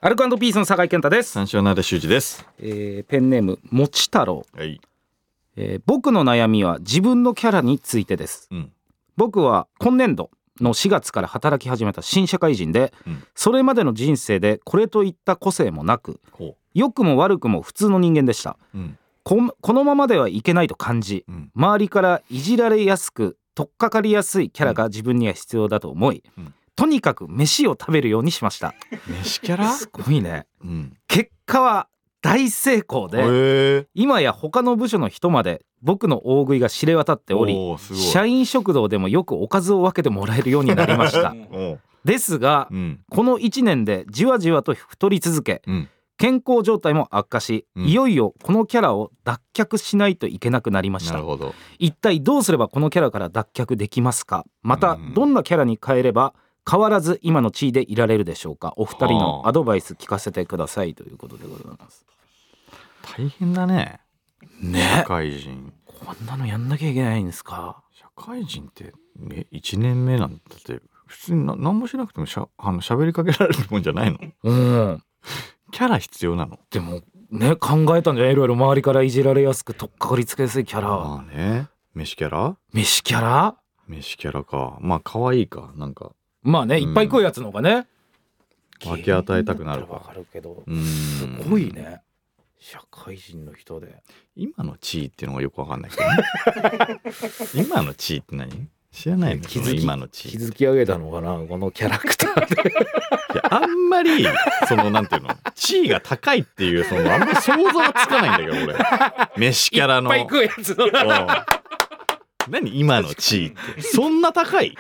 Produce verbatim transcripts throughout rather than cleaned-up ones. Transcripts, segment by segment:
アルコ&ピースの酒井健太です。 三四郎の間修二です。 えー、ペンネームもち太郎、 はいえー、僕の悩みは自分のキャラについてです、うん、僕は今年度のしがつから働き始めた新社会人で、うん、それまでの人生でこれといった個性もなく、良くも悪くも普通の人間でした、うん、こ, このままではいけないと感じ、うん、周りからいじられやすく取っかかりやすいキャラが自分には必要だと思い、うん、とにかく飯を食べるようにしました。 飯キャラすごいね、うん、結果は大成功で、今や他の部署の人まで僕の大食いが知れ渡っており、社員食堂でもよくおかずを分けてもらえるようになりましたですが、うん、このいちねんでじわじわと太り続け、うん、健康状態も悪化し、うん、いよいよこのキャラを脱却しないといけなくなりました。 なるほど。 一体どうすればこのキャラから脱却できますか。またどんなキャラに変えれば変わらず今の地位でいられるでしょうか。お二人のアドバイス聞かせてくださいということでございます。 大変だね。ね、社会人こんなのやんなきゃいけないんですか。 社会人っていちねんめなんだって普通にな何もしなくてもしゃあの喋りかけられるもんじゃないの。うんキャラ必要なの。 でもね考えたんじゃない。いろいろ周りからいじられやすく取っかかりつけやすいキャラ。 まあね。飯キャラ飯キャラ飯キャラか。まあ可愛いかなんかまあね、いっぱい食うやつの方がね分け与えたくなるか。 わかるけどすごいね社会人の人で。 今の地位っていうのがよくわかんないけど、ね、今の地位って何知らないの。 気づき今の地位築き上げたのかなこのキャラクターで。いやあんまりそのなんていうの地位が高いっていうそのあんまり想像がつかないんだけど俺飯キャラのいっぱい食うやつの何今の地位ってそんな高い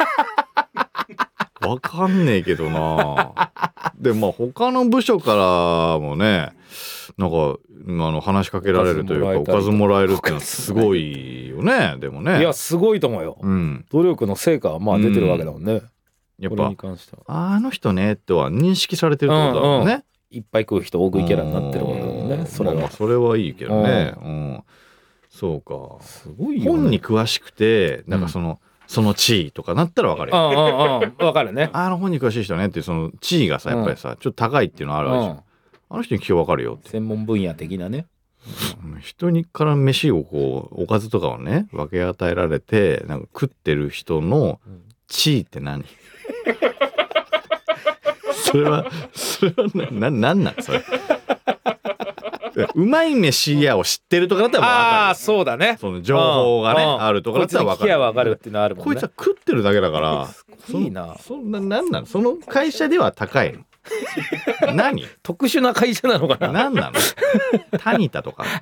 わかんねえけどな。でまあ他の部署からもねなんかあの話しかけられるというかおかずもらえるってのはすごいよね。でもねいやすごいと思うよ、うん、努力の成果はまあ出てるわけだもんね、うん、 やっぱに関してはあの人ねとは認識されてるってことだもんね、うんうん、 いっぱい食う人大食いキャラになってるわけだもんね。それは、まあ、 それはいいけどね、うんうん、そうかすごいよ、ね、本に詳しくてなんかその、うんその地位とかなったら分かるよ。 うんうんうん、分かるね。 あの本に詳しい人ねっていうその地位がさやっぱりさ、うん、ちょっと高いっていうのあるわけじゃん、うん、あの人に聞けば分かるよって専門分野的なね、 うん、人にから飯をこうおかずとかをね分け与えられてなんか食ってる人の地位って何、うん、それはそれはな何なんそれうまい飯屋を知ってるとかだったら分かる。 ああそうだね。 その情報がね、うん、あるとかだったら分かる。 こいつに聞きゃ分かるっていうのあるもんね。 こいつは食ってるだけだからいいな。 そんななんなのその会社では高いの何特殊な会社なのかな。 何なのタニタとか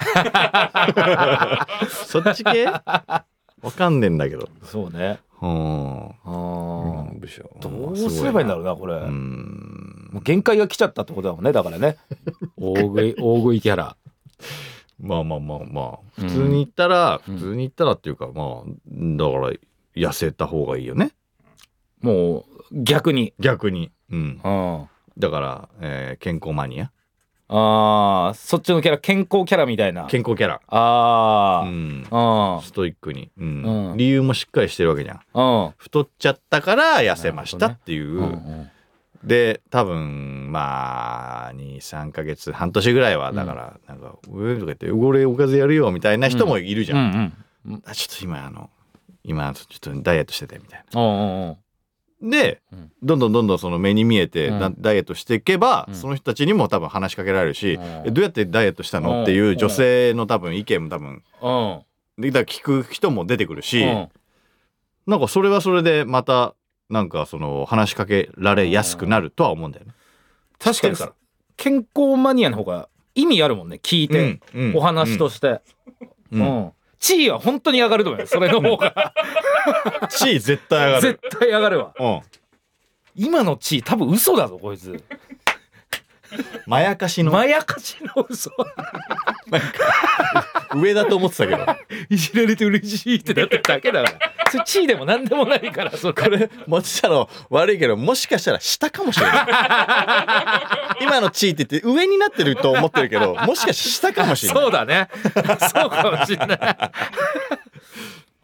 そっち系分かんねえんだけど。 そうね。 はあ、 うん、部署どうすればいいんだろうなこれ。うんもう限界が来ちゃったってことだもんね。だからね大食い大食いキャラまあまあまあまあ普通に言ったら、うん、普通に言ったらっていうかまあだから痩せた方がいいよね。 もう逆に逆に、うん、あだから、えー、健康マニア。 あーそっちのキャラ健康キャラみたいな健康キャラ。 あ、うん、あストイックに、うんうん、理由もしっかりしてるわけじゃん、うん、太っちゃったから痩せましたっていう、ねうんうん、で多分まあ にさんかげつ半年ぐらいはだから、うん、なんか「うえ」とか言って「俺おかずやるよ」みたいな人もいるじゃん、うんうんうん、あちょっと今あの今ちょっとダイエットしててみたいな、うんうんうんで、うん、どんどんどんどんその目に見えて、うん、ダイエットしていけば、うん、その人たちにも多分話しかけられるし、うん、どうやってダイエットしたのっていう女性の多分意見も多分、うん、でだから聞く人も出てくるし、うん、なんかそれはそれでまたなんかその話しかけられやすくなるとは思うんだよね。 確かに健康マニアの方が意味あるもんね聞いて、うんうん、お話として、うんうん、地位は本当に上がると思うよそれの方が地位絶対上がる絶対上がるわ、うん、今の地位多分嘘だぞこいつまやかしのまやかしの嘘なんか上だと思ってたけどいじられて嬉しいってなってるだけだからそれ地位でも何でもないからそこれ持ちたの悪いけどもしかしたら下かもしれない今の地位って言って上になってると思ってるけどもしかしたら下かもしれないそうだねそうかもしれない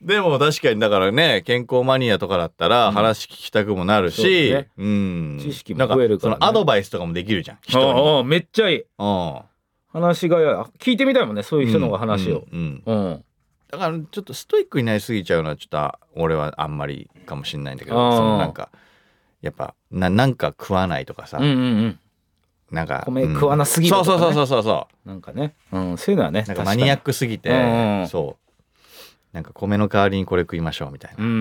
でも確かにだからね、健康マニアとかだったら話聞きたくもなるし、うんね、うん、知識も増えるから、ね、なんかそのアドバイスとかもできるじゃん、人に。 ああ、めっちゃいい。ああ、話が聞いてみたいもんね、そういう人の話を。うんうんうん、 だからちょっとストイックになりすぎちゃうのはちょっと俺はあんまりかもしれないんだけど、そのなんかやっぱ な, なんか食わないとかさ、うんうんうん、なんか米食わなすぎるとか、ね、 そうそうそうそうそうなんかね、うん、そういうのはね、 なんかマニアックすぎて、うんうん、そうなんか米の代わりにこれ食いましょうみたいな、うん、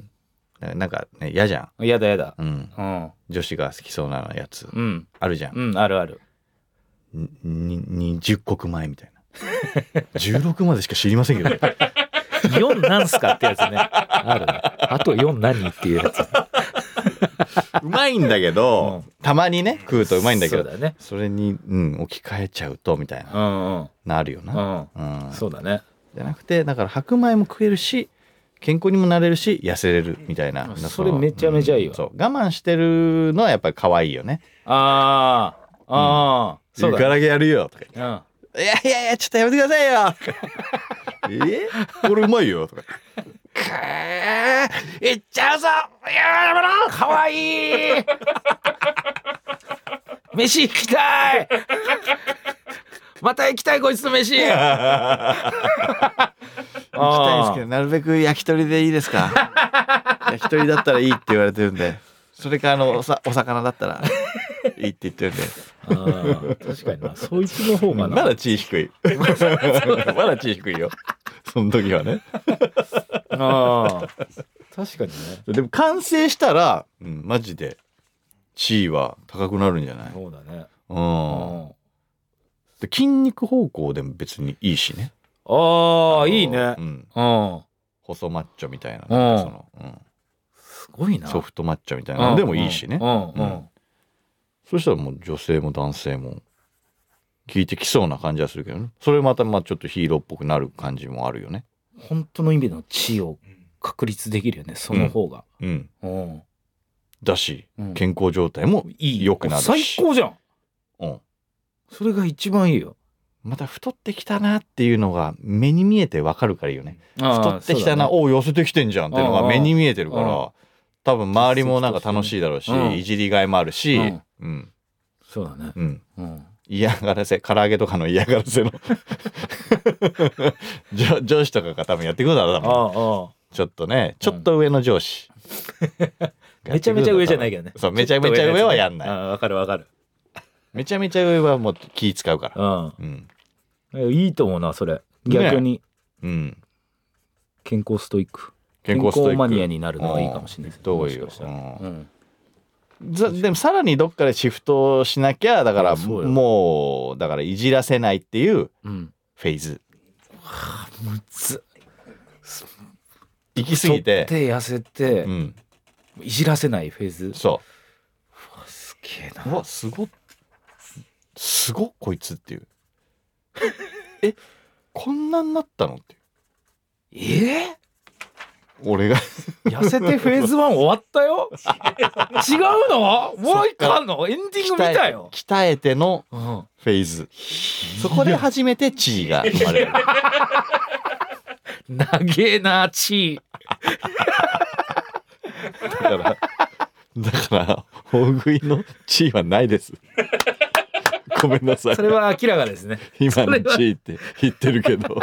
うん、なんかね嫌じゃん。嫌だ嫌だ、 うんうん、女子が好きそうなやつ、うん、あるじゃん、 うん、あるある。 ににじゅっこくまえみたいなじゅうろくまでしか知りませんけどよんなんすかってやつね、あるね。あとよん何っていうやつうまいんだけど、うん、たまにね食うとうまいんだけど そ, ね、それに、うん、置き換えちゃうとみたいな、うんうん、なるよな、 うんうん、そうだね。 じゃなくてだから白米も食えるし健康にもなれるし痩せれるみたいな、 それめちゃめちゃいいわ、うん、 そう我慢してるのはやっぱり可愛いよね。 あーあー、 そうだね、唐揚げやるよとか言って、うん、いやいやいやちょっとやめてくださいよえこれうまいよとかくーいっちゃうぞ、いややめろかわいい飯行きたいまた行きたいこいつの飯行きたいですけどなるべく焼き鳥でいいですか焼き鳥だったらいいって言われてるんで、それかあの お, さお魚だったらいいって言ってるんであ確かにな、そいつの方がなまだ地位低いまだ地位低いよその時はねあ確かにね。 でも完成したら、うん、マジで地位は高くなるんじゃない。 そうだね、 うん、で筋肉方向でも別にいいしね。 ああいいね、うん、 細マッチョみたいな、なんかその、うん、 すごいな、 ソフトマッチョみたいなのでもいいしね、うんうん、そしたらもう女性も男性も聞いてきそうな感じはするけどね。それまたまあちょっとヒーローっぽくなる感じもあるよね。 本当の意味の地位を確立できるよね、その方が、うんうん、 だし、うん、健康状態も良くなるし、 最高じゃん、うん、それが一番いいよ。 また太ってきたなっていうのが目に見えてわかるからいいよね。太ってきたな、ね、おお痩せてきてんじゃんっていうのが目に見えてるから、多分周りもなんか楽しいだろうし、うん、いじりがいもあるし、うんうん、 そうだね、 うんうん、嫌がらせ、唐揚げとかの嫌がらせの上司とかが多分やってくるだろう、多分。ああああちょっとね、ちょっと上の上司、 うん、めちゃめちゃ上じゃないけどね。 そう、めちゃめちゃ上はやんない。 わかるわかる。 めちゃめちゃ上はもう気使うから、 うんうん、いいと思うなそれ。逆に、ね、うん、健康ストイック、健康マニアになるのがいいかもしれないですね。 どういう、うんうん、でもさらにどっかでシフトしなきゃ、だからもうだからいじらせないっていうフェーズ、うん、 はあ、むず行き過ぎて太って痩せて、うん、いじらせないフェーズ。 そう、 うわすげえな、 うわすごっすごっこいつっていうえこんなになったのっていう、えー、 俺が痩せてフェーズワン終わったよ違うのもう一個あんの、エンディング見たよ。 鍛えてのフェーズ、うん、そこで初めて地位が生まれる長えな地位だからだから大食いの地位はないですごめんなさい。 それは明らかですね。 今の地位って言ってるけど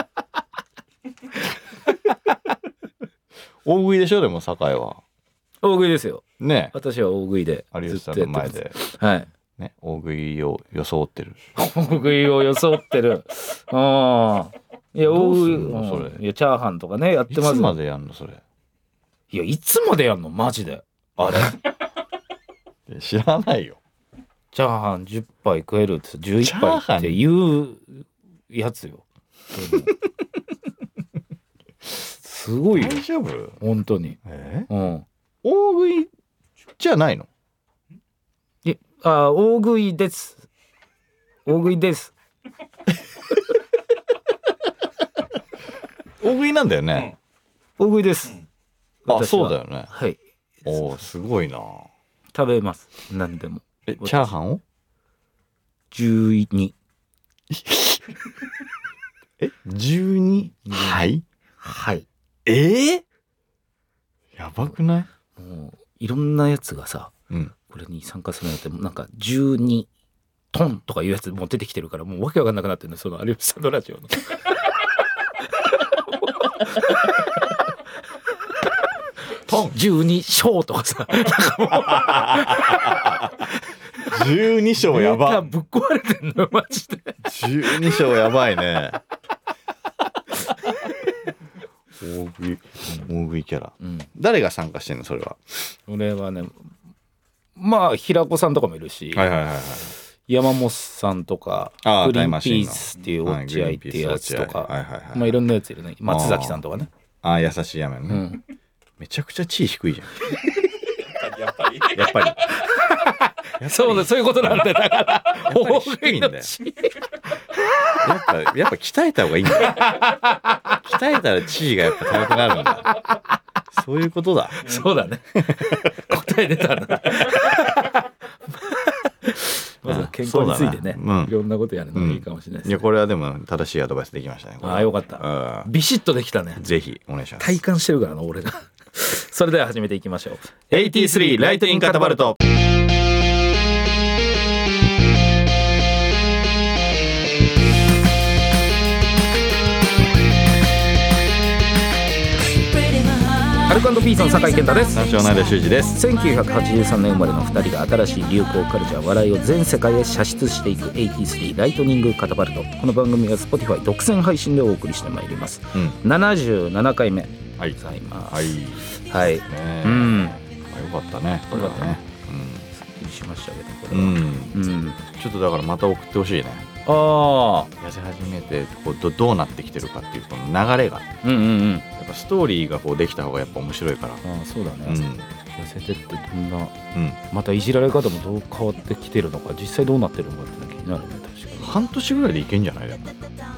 大食いでしょ。でも酒井は大食いですよね。 私は大食いで有吉さんの前で、 はいね、大食いを装ってる大食いを装ってるああいや大食いのそれ、いやチャーハンとかねやってます。 いつまでやんのそれ。 いやいつまでやんのマジであれ知らないよ。 チャーハンじゅっぱい食えるってじゅういっぱいっていうやつよすごいよ。 大丈夫本当に、 えー、うん、大食いじゃないの。 いあ大食いです大食いです大食いなんだよね、 うん、大食いです、 うん、あそうだよね。 はい。 おすごいな。 食べます何でも。 えチャーハンをじゅうにえじゅうにはいはいえー、やばくない？ もういろんなやつがさ、うん、これに参加するのってなんかじゅうにトンとかいうやつもう出てきてるから、もうわけわかんなくなってるの、その有吉さんのラジオのトンじゅうに章とかさじゅうに章やば。 ぶっ壊れてんのマジで。 じゅうに章やばいね。大食い大食いキャラ、うん、誰が参加してんのそれは？ 俺はね、まあ平子さんとかもいるし、はいはいはいはい、山本さんとかグリーンピースっていう落合っていうやつとか、はいはいはい、まあいろんなやついるね。松崎さんとかね。 ああ優しい山ね、うん、めちゃくちゃ地位低いじゃん。やっぱりやっぱりそうだ、そういうことなんだよ。だから大食いんだよ。やっぱやっぱ鍛えた方がいいんだよ。鍛えたら地位がやっぱ高くなるんだ。そういうことだ。 そうだね。答え出たんだ。まずは健康についてね、うん、いろんなことやるのがいいかもしれないですね、 うん、いやこれはでも正しいアドバイスできましたね。 ああよかった、ビシッとできたね。 ぜひお願いします。 体感してるからな俺が。それでは始めていきましょう。エイティースリーライトインカタパルト。アルコ&ピースの酒井健太です。 三照の間修二です。 せんきゅうひゃくはちじゅうさんねん生まれのふたりが新しい流行カルチャー笑いを全世界へ射出していくエイティースリーライトニングカタパルト。この番組は Spotify 独占配信でお送りしてまいります、うん、ななじゅうななかいめでございます。はいはい、はい、 ね、うん、よかったね。これはね、 うん、すっきりしましたけどこれは、うんうん、ちょっとだからまた送ってほしいね。 ああ痩せ始めてこう ど, どうなってきてるかっていうこの流れが、 うんうんうん、 やっぱストーリーがこうできた方がやっぱ面白いから。ああそうだね、うん、痩せてってどんな、うん、またいじられ方もどう変わってきてるのか、実際どうなってるのかって気になるね。確かに半年ぐらいでいけんじゃない？でも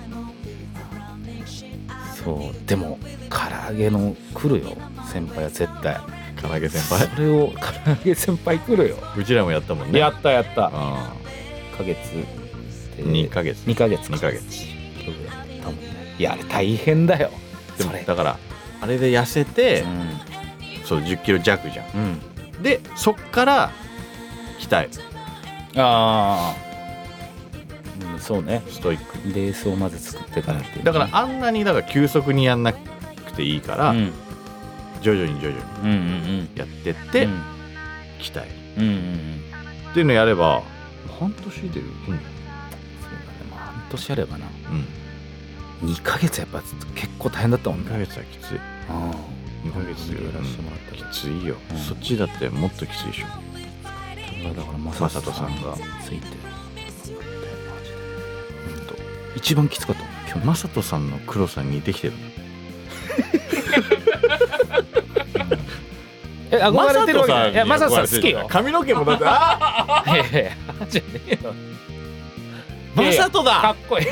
そうでも唐揚げの来るよ先輩は絶対。 唐揚げ先輩、 それを唐揚げ先輩来るよ。 うちらもやったもんね。 やったやった。 あヶ月にかげつにかげつかにかげつ多分ね。いやあれ大変だよ。 でもだからあれで痩せて、うん、そうじゅっキロ弱じゃん、うん、でそっから鍛える。 ああ、うん、そうね。 ストイックにレースをまず作ってからっていう、ね、 だからあんなにだから急速にやんなくていいから、うん、徐々に徐々にやってって、うんうんうん、鍛える、うんうんうん、っていうのやれば半年で、うん、そうだね、 まあ、半年やればな、うん、にかげつやっぱ結構大変だったもんね。 にかげつはきつい。あにかげつやらせてもらったらきついよ、うん、そっちだってもっときついでしょ。 だから正人さんがついて一番きつかった今日。正人さんの黒さに似てきてる。 え、憧れてるわけない。いや、正人さん好きよ。 髪の毛もだって、ああ、いやいや、じゃねえよ。 正人だ。 かっこいい。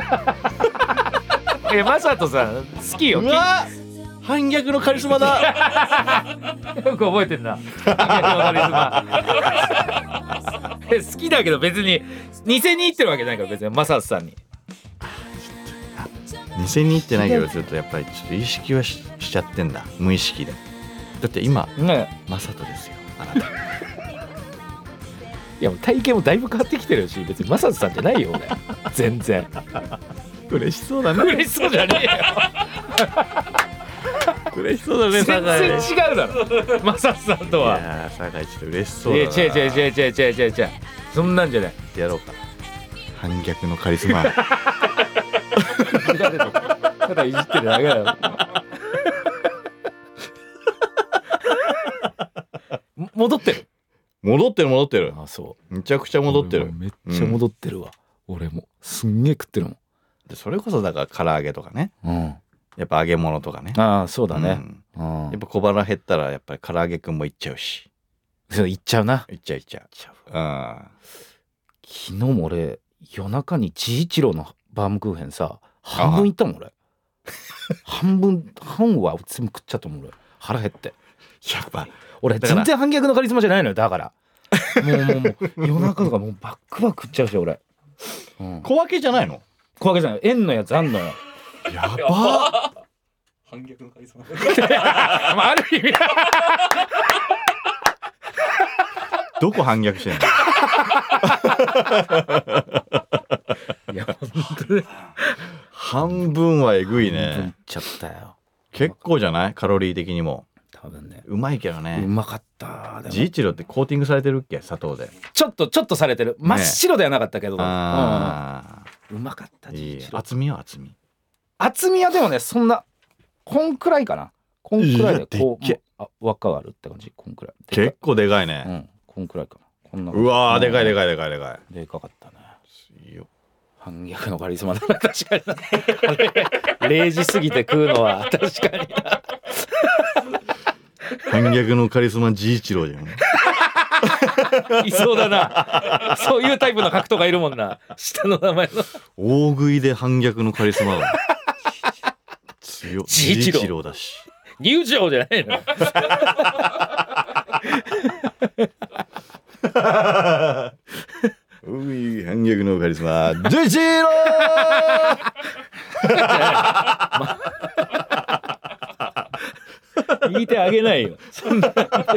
え、正人さん好きよ。 うわ、反逆のカリスマだ。 よく覚えてんな。反逆のカリスマ。え、好きだけど別に似せに行ってるわけないから別に正人さんに。 似せに行ってないけどちょっとやっぱりちょっと意識は し, しちゃってんだ、無意識で。だって今、ね、正人ですよあなた。いやもう体型もだいぶ変わってきてるし、別に正人さんじゃないよ俺。全然嬉しそうだね。 嬉しそうじゃねえよ。 嬉しそうだね。 全然違うだろ正人さんとは。 いやー酒井ちょっと嬉しそうだな。 違う違う違う違う違う違う違う、そんなんじゃない。 やろうか、反逆のカリスマ。 ただいじってるだけだよ。戻ってる戻ってる戻ってる。 あ、そう。 めちゃくちゃ戻ってる。 めっちゃ戻ってるわ、うん、俺もすんげえ食ってるもん。 でそれこそだから唐揚げとかね、うん、やっぱ揚げ物とかね。 ああそうだね、 うん、やっぱ小腹減ったらやっぱり唐揚げくんもいっちゃうし。 そういっちゃうな。 いっちゃういっちゃう。 うん、昨日も俺夜中に治一郎のバームクーヘンさ半分いったもん俺。半分半は全部食っちゃったもん俺、腹減って。 やっぱ俺全然反逆のカリスマじゃないのよ。だからもうもうもう夜中とかもうバックバック食っちゃうし俺、 うん、小分けじゃないの？ 小分けじゃない、円のやつあんのよ。 やば反逆のカリスマまあ、ある意味どこ反逆してんのいや本当に半分はえぐいね。 半分ちゃったよ。 結構じゃない？カロリー的にも多分ね。 うまいけどね。 うまかった。 ジーチロってコーティングされてるっけ、砂糖で。 ちょっとちょっとされてる。真っ白ではなかったけど、ね、 あうん、うまかった。ジーチロ。 厚みは厚み厚みはでもね、そんなこんくらいかな。こんくらいでこうでっけあ輪っかがあるって感じ。こんくらい。 結構でかいね。 うん、こんくらいかな。こんな。 うわー、でかいでかいでかいでかい。でかかったね。 いいよ。 反逆のカリスマだな。確かにれいじ過ぎて食うのは確かにな。 反逆のカリスマジーチローじゃん。 いそうだな。そういうタイプの格闘がいるもんな。下の名前の大食いで反逆のカリスマだ。強い。 ジーチローだし。 入場じゃないの。 大食い反逆のカリスマジーチロー。 言いてあげないよ。そんな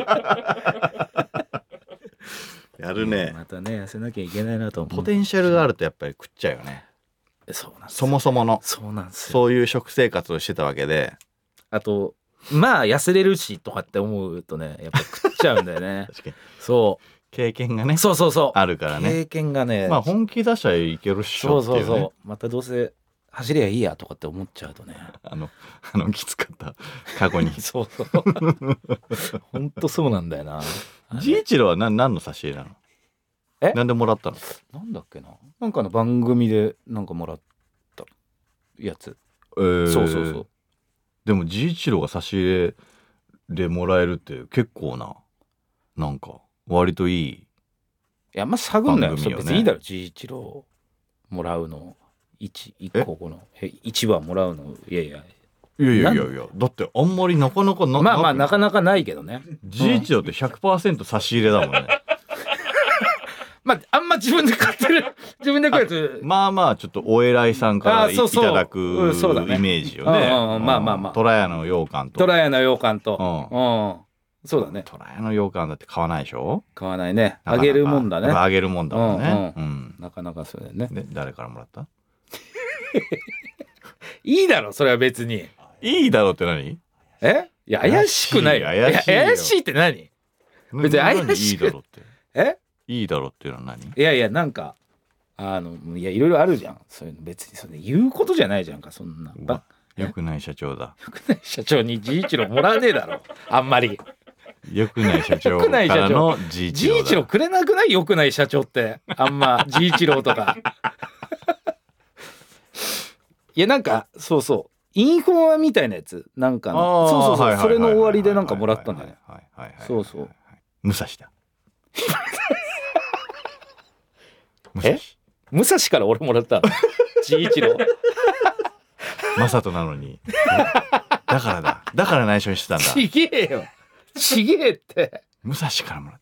やるね。 またね、痩せなきゃいけないなと思う。 ポテンシャルがあるとやっぱり食っちゃうよね。 そうなんですよ。 そもそものそうなんですよ。 そういう食生活をしてたわけで。 あとまあ痩せれるしとかって思うとね、やっぱ食っちゃうんだよね。 確かにそう経験がね、 そうそうそうあるからね。 経験がね、 まあ本気出しゃいけるっしそうょっていうね。 そうそう、またどうせ走りゃいいやとかって思っちゃうとね。 あのあのきつかった過去に。 そうそう。本当そうなんだよな。 ジーチロは何何の差し入れなの？ えなんでもらったの？ なんだっけな、なんかの番組でなんかもらったやつ。 えー、 そうそうそう。 でもジーチロが差し入れでもらえるって結構な、なんか割といい。 いやまあ探んなよ。 番組よね別にいいだろ。ジーチロもらうの一一個このえ一話もらうの。いやいや。 いやいやいやいや、だってあんまりなかなかなまあまあなかななかないけどね。 ジーチロって ひゃくパーセント 差し入れだもんね。 まああんま自分で買ってる自分で買うやつ。 まあまあちょっとお偉いさんからいあそうそういただくイうんそうだねメージよね。 うんうんまあまあまあ虎屋の羊羹と。 トラヤの羊羹と。 ううん。そうだね。 虎屋の羊羹だって買わないでしょ。 買わないね。 なかなかあげるもんだねやっぱ。あげるもんだもんね。 ううんん。 なかなかそうだよね。 で誰からもらった？ いいだろそれは別に。 いいだろうって何？ え？いや怪しくないよ。 怪しいよや怪しいって何？別に怪しい何いいだろうって。 え？ いいだろうっていうのは何？ いやいやなんかあのいやいろいろあるじゃん。そういうの別にそれ言うことじゃないじゃんかそんな。ばよくない社長だ。 よくない社長にジーチロもらわねえだろ。あんまり。 よくない社長かよくない社長らのジーチロだ。 ジーチロくれなくない？よくない社長ってあんまジーチロとか。いやなんかそうそうインフォみたいなやつなんかのそうそうそうそれの終わりでなんかもらったんだよね。そうそう。 武蔵だ。武蔵。 え？武蔵から俺もらったの。ジーチロ。 マサトなのに。だからだ。だから内緒にしてたんだ。 ちげえよ。ちげえって。 武蔵からもらった。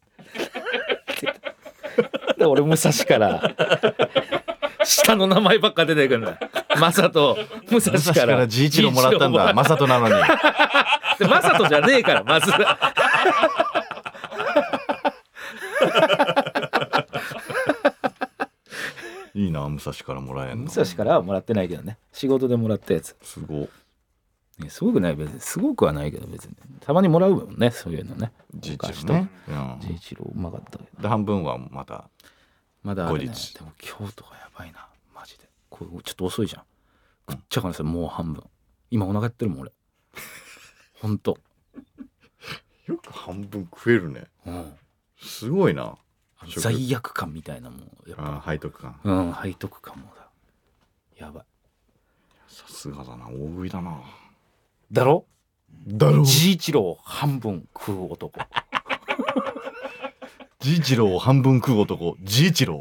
で俺武蔵から下の名前ばっか出てくるんだ。マサト武蔵か武蔵かららジーチロもらったんだ。マサトなのに。 でマサトじゃねえからまず。 いいな武蔵からもらえんの。 武蔵からはもらってないけどね。仕事でもらったやつ。 すご。 ね、すごくない別にすごくはないけど別にたまにもらうもんねそういうのね。 ジーチロね。 ジーチロうまかったけど。 で半分はまたまだあるね。 後日でも今日とかやばいなマジで。これちょっと遅いじゃん。食っちゃうからさもう半分。今お腹減ってるもん俺。ほんと。 よく半分食えるね。 うん。 すごいな。 罪悪感みたいなもんやっぱ。 背徳感。 うん背徳感もだ。やばい。 さすがだな大食いだな。 だろ？ だろ。 ジーチロを半分食う男。 ジーチロを半分食う男ジーチロ。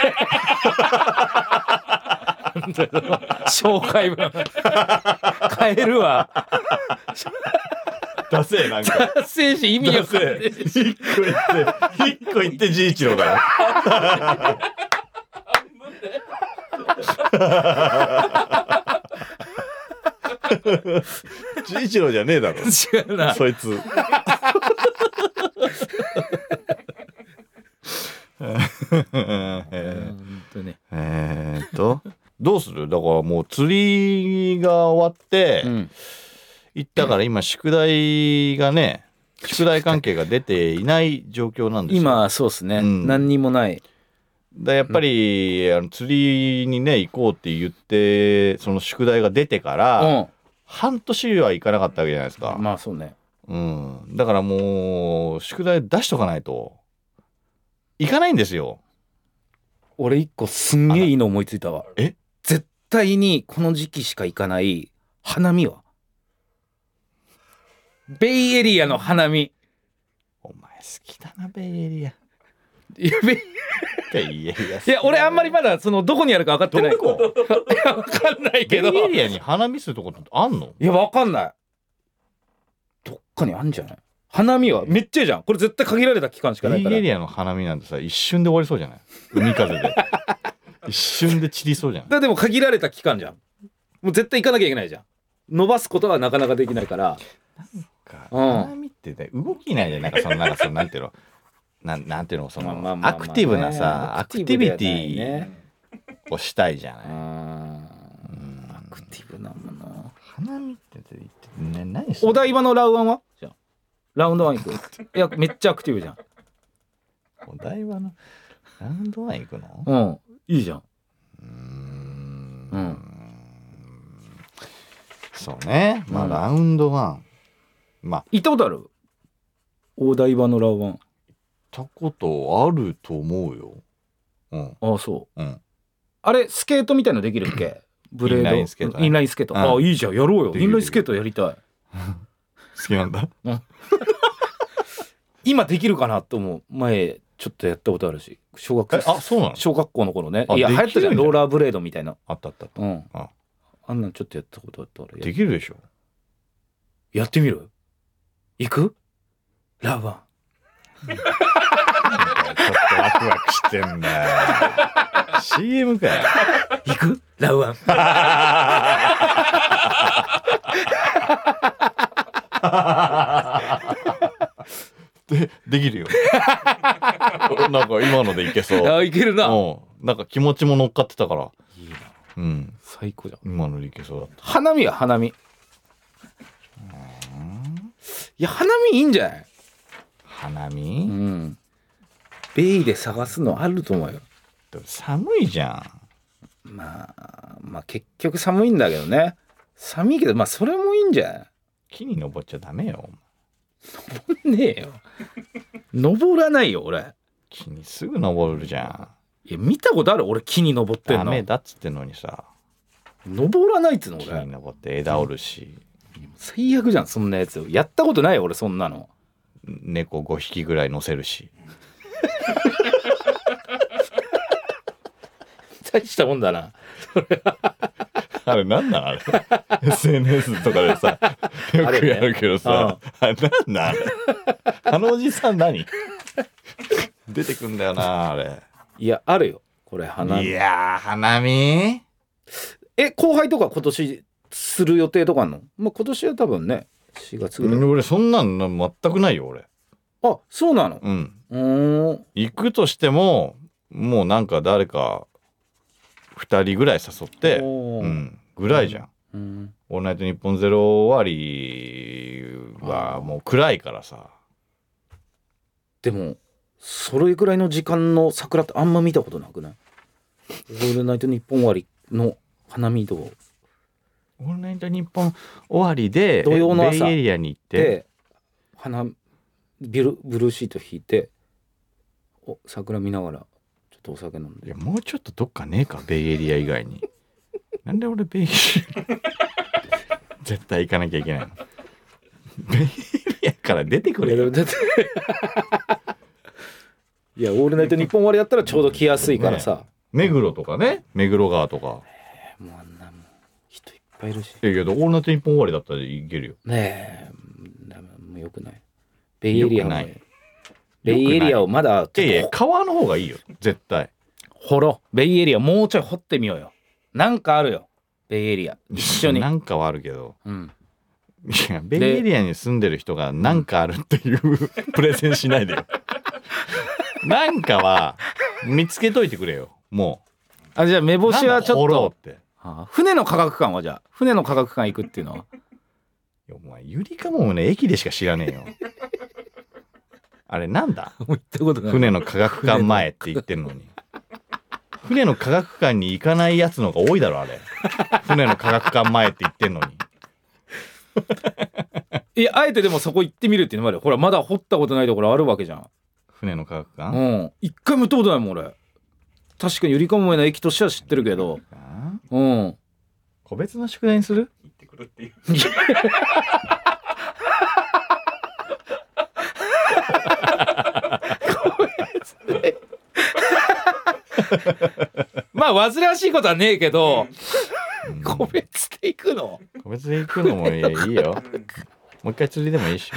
紹介文変えるわ。 ダセえなんか。 ダセえし意味よくない。 一個言って一個言ってジーチロだよ。 純一郎じゃねえだろ。 違うなそいつ。えーっとどうする？だからもう釣りが終わって、うん、行ったから今宿題がね、宿題関係が出ていない状況なんですよ。 今そうですね、うん、何にもない。 だやっぱり、うん、あの釣りにね行こうって言ってその宿題が出てから、うん、半年は行かなかったわけじゃないですか。 まあそうね、 うん、だからもう宿題出しとかないと行かないんですよ。 俺一個すんげえいいの思いついたわ。 え？ 絶対にこの時期しか行かない花見はベイエリアの花見。 お前好きだなベイエリア。 いやベイベイエリアいや俺あんまりまだそのどこにあるか分かってない。どこ？いや分かんないけど。 ベイエリアに花見するとこってあんの？ いや分かんない。どっかにあんじゃない？花見はめっちゃいいじゃん。これ絶対限られた期間しかないから。 ベイエリアの花見なんてさ一瞬で終わりそうじゃない？海風で一瞬で散りそうじゃん。 だでも限られた期間じゃん。もう絶対行かなきゃいけないじゃん。伸ばすことはなかなかできないから。 なんか、うん、花見ってね動きないでなんかそのなんかそのなんていうのななんていうのその、まあまあまあまあね、アクティブなさアクティビティをしたいじゃない。 うんアクティブなもの。 花見って言ってね何してお台場のラウワンはじゃあラウンドワン行く？いやめっちゃアクティブじゃん。 お台場のラウンドワン行くの？ うんいいじゃん。 うーんうんそうねまあ、うん、ラウンドワンまあ行ったことある？お台場のラウワン。行ったことあると思うよ。うん。 ああそう。 うん。 あれスケートみたいのできるっけ？ブレード。インラインスケート、ね。インラインスケート。うん、ああいいじゃんやろうよ。インラインスケートやりたい。 好きなんだ。うん、 今できるかなと思う。前ちょっとやったことあるし。小学あそうなの？ 小学校の頃ね。いや流行ったじゃんローラーブレードみたいな。 あったあったあった。 うん。ああんなんちょっとやったことあったら。 できるでしょ。 やってみる？行く？ラウワン。 ちょっとワクワクしてんだよ。シーエム かよ。 行く？ラウワン。 でできるよ。なんか今のでいけそう。 あいけるな。 うん。なんか気持ちも乗っかってたから。 いいな。 うん。 最高じゃん。 今のでいけそうだった。 花見は花見。いや花見いいんじゃない？ 花見？ うん。ベイで探すのあると思うよ。 でも寒いじゃん。まあまあ結局寒いんだけどね。寒いけどまあそれもいいんじゃない？ 木に登っちゃダメよ。 登んねえよ。登らないよ俺。 木にすぐ登るじゃん。いや見たことある俺木に登ってんの。 ダメだっつってんのにさ。 登らないっつうの俺。 木に登って枝折るし。 最悪じゃんそんなやつ。やったことないよ俺そんなの。 猫ごひきぐらい乗せるし。 大したもんだな。 あれなんなんあれエスエヌエス とかでさよくやるけどさ あ,、ね、あれなんなんあれあのおじさん何出てくんだよなあれ。 いやあるよこれ花見。 いやー花見え後輩とか今年する予定とかあんの？まあ今年は多分ねしがつぐらい。 俺そんなん全くないよ俺。 あそうなの？ うんうん行くとしてももうなんか誰かふたりぐらい誘って、うん、ぐらいじゃん、うん、オールナイトニッポンゼロ終わりはもう暗いからさ。 でもそれぐらいの時間の桜ってあんま見たことなくない？オールナイトニッポン終わりの花見どう？ オールナイトニッポン終わりで土曜の朝ベイエリアに行って花ビルブルーシート引いてお桜見ながらちょっとお酒飲んで。 いやもうちょっとどっかねえかベイエリア以外に。なんで俺ベイエリア絶対行かなきゃいけないの。ベイエリアから出てくれよ。 いやいやオールナイトニッポン終わりだったらちょうど来やすいからさ、ね、 目黒とかね目黒川とか、 えー、もうあんなもん人いっぱいいるし。 いやいやオールナイトニッポン終わりだったらいけるよ。 ねえダメもうよくないベイエリアもベイエリアをまだいやいや川の方がいいよ絶対。 掘ろうベイエリアもうちょい掘ってみようよ。なんかあるよベイエリア一緒に。 なんかはあるけど、 うん、 いやベイエリアに住んでる人が何かあるっていうプレゼンしないでよなんかは見つけといてくれよもう。あじゃあ目星はちょっとって、 はあ、船の科学館はじゃあ船の科学館行くっていうのは。 いやお前ゆりかもね駅でしか知らねえよあれなんだ行ったことない。 船の科学館前って言ってんのに船の科学館に行かないやつの方が多いだろあれ船の科学館前って言ってんのにいやあえてでもそこ行ってみるっていうのもあるよ。ほらまだ掘ったことないところあるわけじゃん。 船の科学館、 うん一回も行ったことないもん俺。確かにゆりかもめの駅としては知ってるけど、うん個別の宿題にする行ってくるっていうまあ煩わしいことはねえけど、うん、個別で行くの個別で行くのもいいよもう一回釣りでもいいし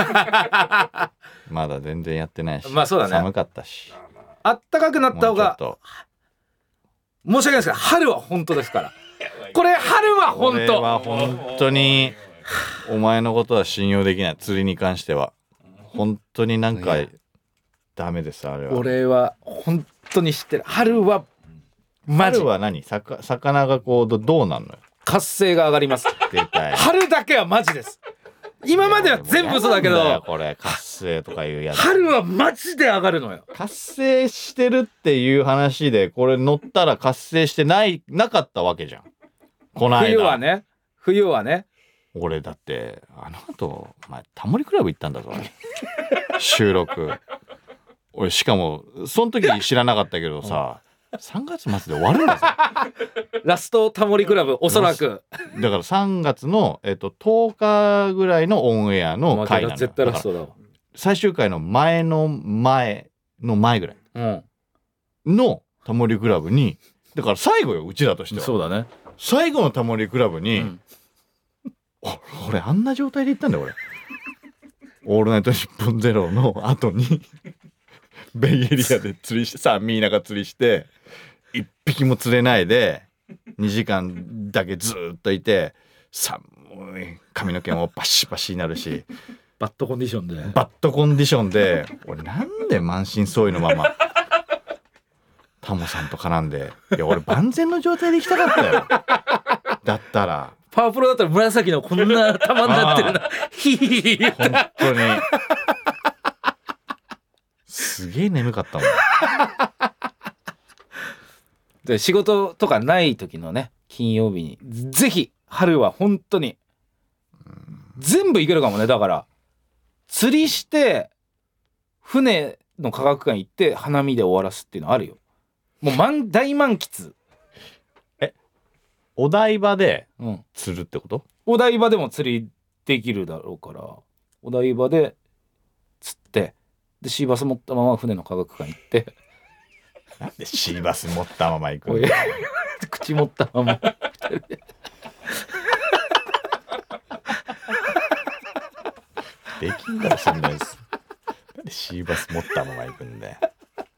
まだ全然やってないし、 まあそうだね、 寒かったしあったかくなった方が申し訳ないですけど春は本当ですからこれ春は本当これは本当にお前のことは信用できない釣りに関しては本当になんかダメですあれは。 俺は本当に知ってる。春はマジ春は何さか魚がこう ど, どうなんのよ。 活性が上がります。春だけはマジです。今までは全部嘘だけどこれ活性とかいうやつ春はマジで上がるのよ。 活性してるっていう話でこれ乗ったら活性してないなかったわけじゃんこの間。 冬はね冬はね俺だってあの後お前タモリクラブ行ったんだぞ収録俺しかもその時知らなかったけどささんがつ末で終わるんだぞラストタモリクラブおそらくだからさんがつの、えっと、とおかぐらいのオンエアの回なのよ。 絶対ラストだわ。 最終回の前の前の前ぐらいのタモリクラブにだから最後ようちらとしては。 そうだね最後のタモリクラブに、うん、俺あんな状態で行ったんだよ俺オールナイトニッポンゼロの後にベイエリアで釣りしてさミーナが釣りして一匹も釣れないでにじかんだけずっといて寒い髪の毛もバシバシになるしバッドコンディションでバッドコンディションで俺なんで満身創痍のままタモさんと絡んでいや俺万全の状態で行きたかったよだったらパワープロだったら紫のこんな玉になってるなヒヒヒヒ本当にすげえ眠かったもんで仕事とかない時のね金曜日にぜひ春は本当に全部いけるかもね。だから釣りして船の科学館行って花見で終わらすっていうのあるよ。もう満大満喫。 えお台場で釣るってこと、 うん、お台場でも釣りできるだろうからお台場で釣ってでシーバス持ったまま船の科学館行ってなんでシーバス持ったまま行くの口持ったままできんだろそんなやつなんでシーバス持ったまま行くんだよ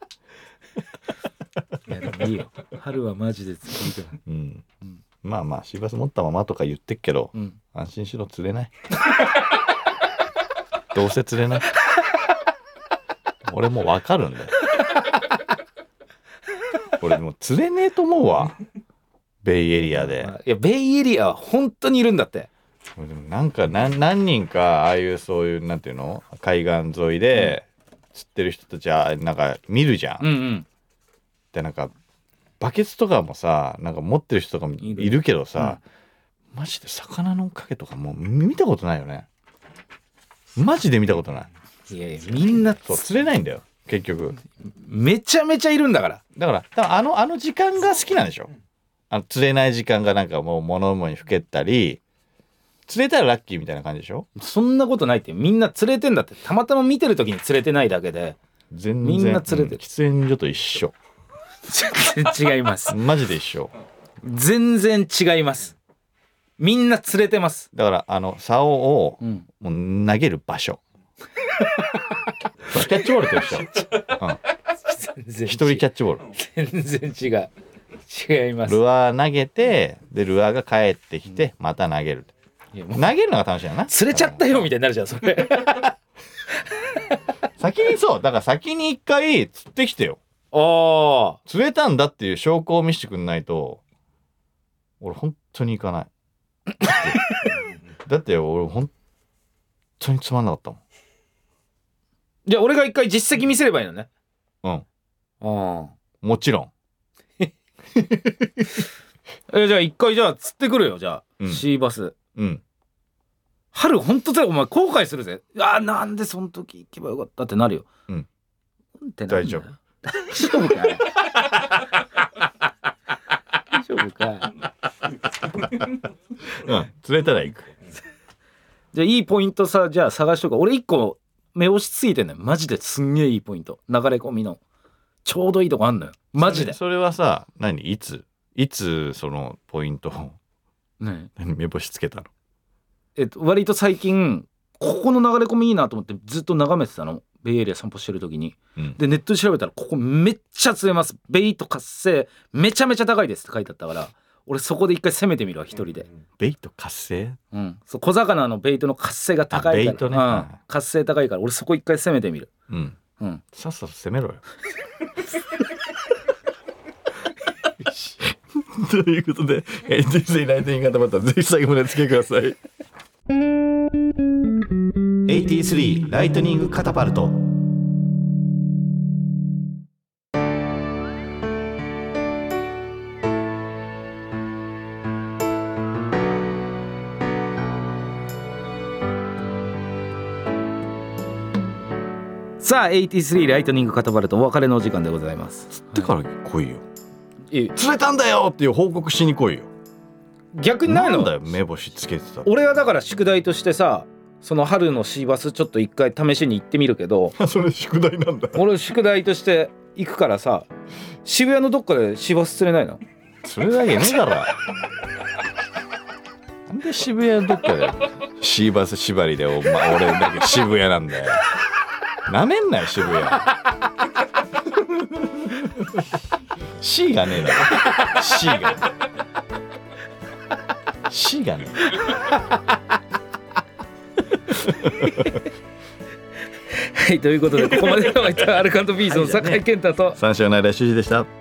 いやでもいいよ春はマジで釣りだ、 うんうん、まあまあシーバス持ったままとか言ってっけど、うん、安心しろ釣れないどうせ釣れない俺もう分かるんだよ俺もう釣れねえと思うわベイエリアで。 いやベイエリアは本当にいるんだって。 でもなんか 何, 何人かああいうそういうなんていうの海岸沿いで釣ってる人たちはなんか見るじゃん、うんうん、でなんかバケツとかもさなんか持ってる人とかもいるけどさ、うん、マジで魚の影とかもう見たことないよね。マジで見たことない。 いやいやみんなそう釣れないんだよ結局。 めちゃめちゃいるんだから。 だから多分あのあの時間が好きなんでしょ。あの釣れない時間がなんかもう物思いにふけったり釣れたらラッキーみたいな感じでしょ。 そんなことないって。みんな釣れてんだって。たまたま見てる時に釣れてないだけで全然みんな釣れてる、 うん、喫煙所と一緒全然違いますマジで一緒。 全然違います。みんな釣れてます。 だからあの竿をもう投げる場所、うん、キャッチボールと一緒、うん、一人キャッチボール全然違う違います。 ルアー投げてでルアーが帰ってきてまた投げる。 投げるのが楽しいよな。 釣れちゃったよみたいになるじゃんそれ先にそうだから先に一回釣ってきてよ。 ああ釣れたんだっていう証拠を見せてくんないと俺本当に行かないだって俺本当につまんなかったもん。 じゃあ俺が一回実績見せればいいのね。 うん。 ああもちろんえじゃあ一回じゃあ釣ってくるよじゃあ、 うん、シーバス。 うん春ほんとだよお前後悔するぜ。あなんでその時行けばよかったってなるよ。 うんって大丈夫大丈夫かい大丈夫かうん釣れたら行く。 じゃあいいポイントさじゃあ探しとか。俺一個目押しついてんのよマジですんげえいいポイント。流れ込みのちょうどいいとこあんのよマジで。 それ、それはさ何いついつそのポイントを、ね、目星つけたの。 えっと割と最近ここの流れ込みいいなと思ってずっと眺めてたのベイエリア散歩してる時に、うん、でネットで調べたらここめっちゃ釣れますベイト活性めちゃめちゃ高いですって書いてあったから俺そこで一回攻めてみるわ一人で。 ベイト活性、 うん、そう小魚のベイトの活性が高いから、ベイトね、うん、活性高いから俺そこ一回攻めてみる。うんうん、 さっさと攻めろよということで、エイティースリーライトニング型バッターぜひ最後までお付き合いください。エイティースリーライトニングカタパルト。 さあエイティースリーライトニングカタパルトお別れのお時間でございます。 釣ってから来いよ、はい、釣れたんだよっていう報告しに来いよ。 逆にないの？ なんだよ目星つけてた。 俺はだから宿題としてさその春のシーバスちょっと一回試しに行ってみるけどそれ宿題なんだ。 俺宿題として行くからさ渋谷のどっかでシーバス釣れないの？ 釣れないよねえだろなんで渋谷のどっかでシーバス縛りでお、ま、俺だけ渋谷なんだよなめんなよ渋谷C がねえだろ C が C がねはいということでここまでの相手はアルカンドビーズの酒井健太と三四郎の間修二でした。